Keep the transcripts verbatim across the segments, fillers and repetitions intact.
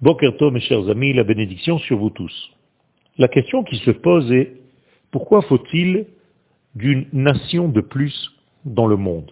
Boker Tov, mes chers amis, la bénédiction sur vous tous. La question qui se pose est, pourquoi faut-il d'une nation de plus dans le monde?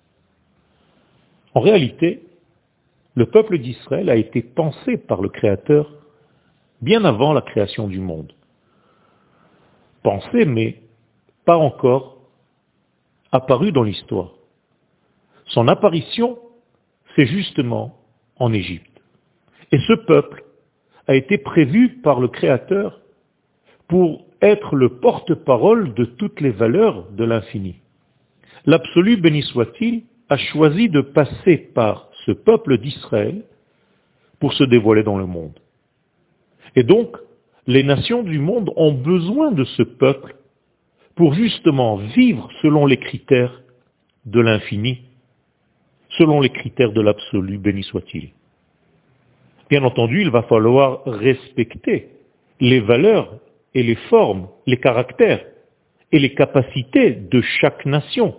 En réalité, le peuple d'Israël a été pensé par le Créateur bien avant la création du monde. Pensé, mais pas encore apparu dans l'histoire. Son apparition, c'est justement en Égypte. Et ce peuple a été prévu par le Créateur pour être le porte-parole de toutes les valeurs de l'infini. L'absolu, béni soit-il, a choisi de passer par ce peuple d'Israël pour se dévoiler dans le monde. Et donc, les nations du monde ont besoin de ce peuple pour justement vivre selon les critères de l'infini, selon les critères de l'absolu, béni soit-il. Bien entendu, il va falloir respecter les valeurs et les formes, les caractères et les capacités de chaque nation.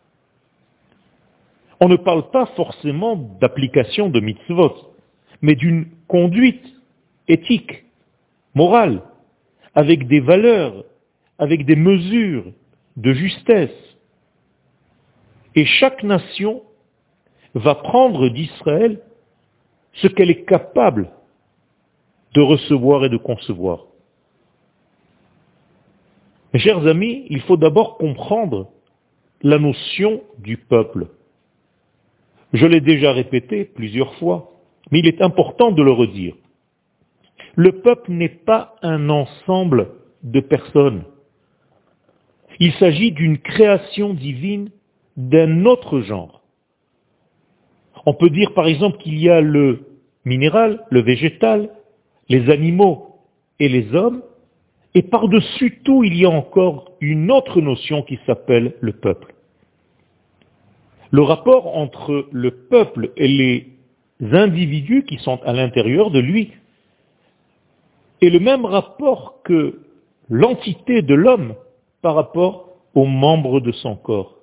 On ne parle pas forcément d'application de mitzvot, mais d'une conduite éthique, morale, avec des valeurs, avec des mesures de justesse. Et chaque nation va prendre d'Israël ce qu'elle est capable de recevoir et de concevoir. Mes chers amis, il faut d'abord comprendre la notion du peuple. Je l'ai déjà répété plusieurs fois, mais il est important de le redire. Le peuple n'est pas un ensemble de personnes. Il s'agit d'une création divine d'un autre genre. On peut dire par exemple qu'il y a le minéral, le végétal, les animaux et les hommes, et par-dessus tout, il y a encore une autre notion qui s'appelle le peuple. Le rapport entre le peuple et les individus qui sont à l'intérieur de lui est le même rapport que l'entité de l'homme par rapport aux membres de son corps.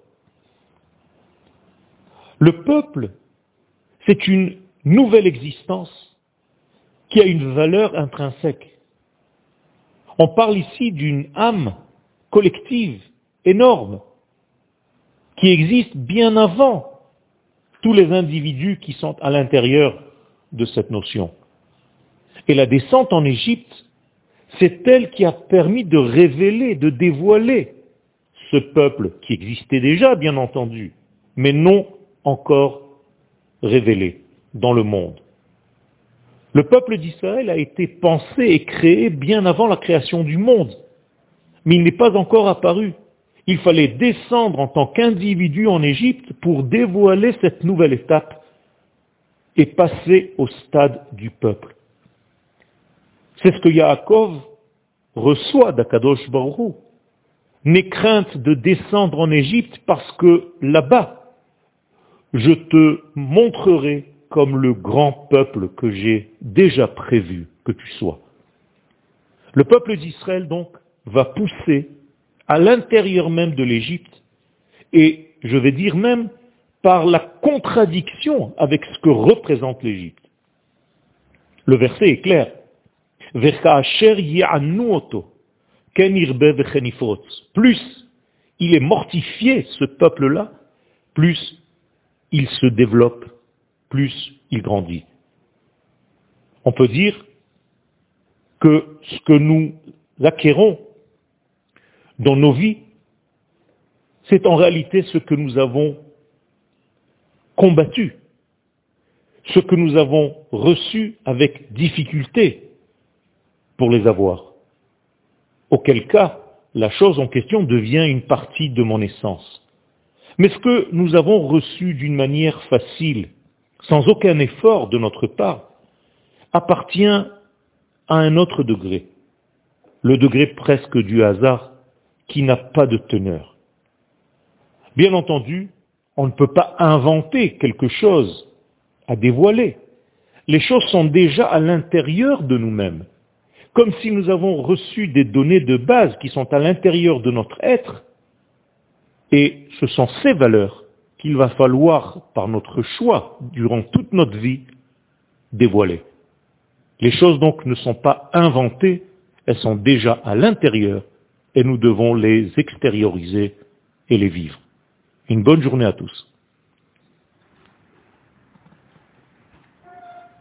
Le peuple, c'est une nouvelle existence qui a une valeur intrinsèque. On parle ici d'une âme collective énorme qui existe bien avant tous les individus qui sont à l'intérieur de cette notion. Et la descente en Égypte, c'est elle qui a permis de révéler, de dévoiler ce peuple qui existait déjà, bien entendu, mais non encore révélé dans le monde. Le peuple d'Israël a été pensé et créé bien avant la création du monde, mais il n'est pas encore apparu. Il fallait descendre en tant qu'individu en Égypte pour dévoiler cette nouvelle étape et passer au stade du peuple. C'est ce que Yaakov reçoit d'Akadosh Baruch Hu. N'aie crainte de descendre en Égypte parce que là-bas, je te montrerai comme le grand peuple que j'ai déjà prévu que tu sois. Le peuple d'Israël, donc, va pousser à l'intérieur même de l'Égypte, et je vais dire même par la contradiction avec ce que représente l'Égypte. Le verset est clair. Plus il est mortifié, ce peuple-là, plus il se développe, plus il grandit. On peut dire que ce que nous acquérons dans nos vies, c'est en réalité ce que nous avons combattu, ce que nous avons reçu avec difficulté pour les avoir. Auquel cas, la chose en question devient une partie de mon essence. Mais ce que nous avons reçu d'une manière facile, sans aucun effort de notre part, appartient à un autre degré, le degré presque du hasard qui n'a pas de teneur. Bien entendu, on ne peut pas inventer quelque chose à dévoiler. Les choses sont déjà à l'intérieur de nous-mêmes, comme si nous avons reçu des données de base qui sont à l'intérieur de notre être, et ce sont ces valeurs qu'il va falloir, par notre choix, durant toute notre vie, dévoiler. Les choses donc ne sont pas inventées, elles sont déjà à l'intérieur et nous devons les extérioriser et les vivre. Une bonne journée à tous.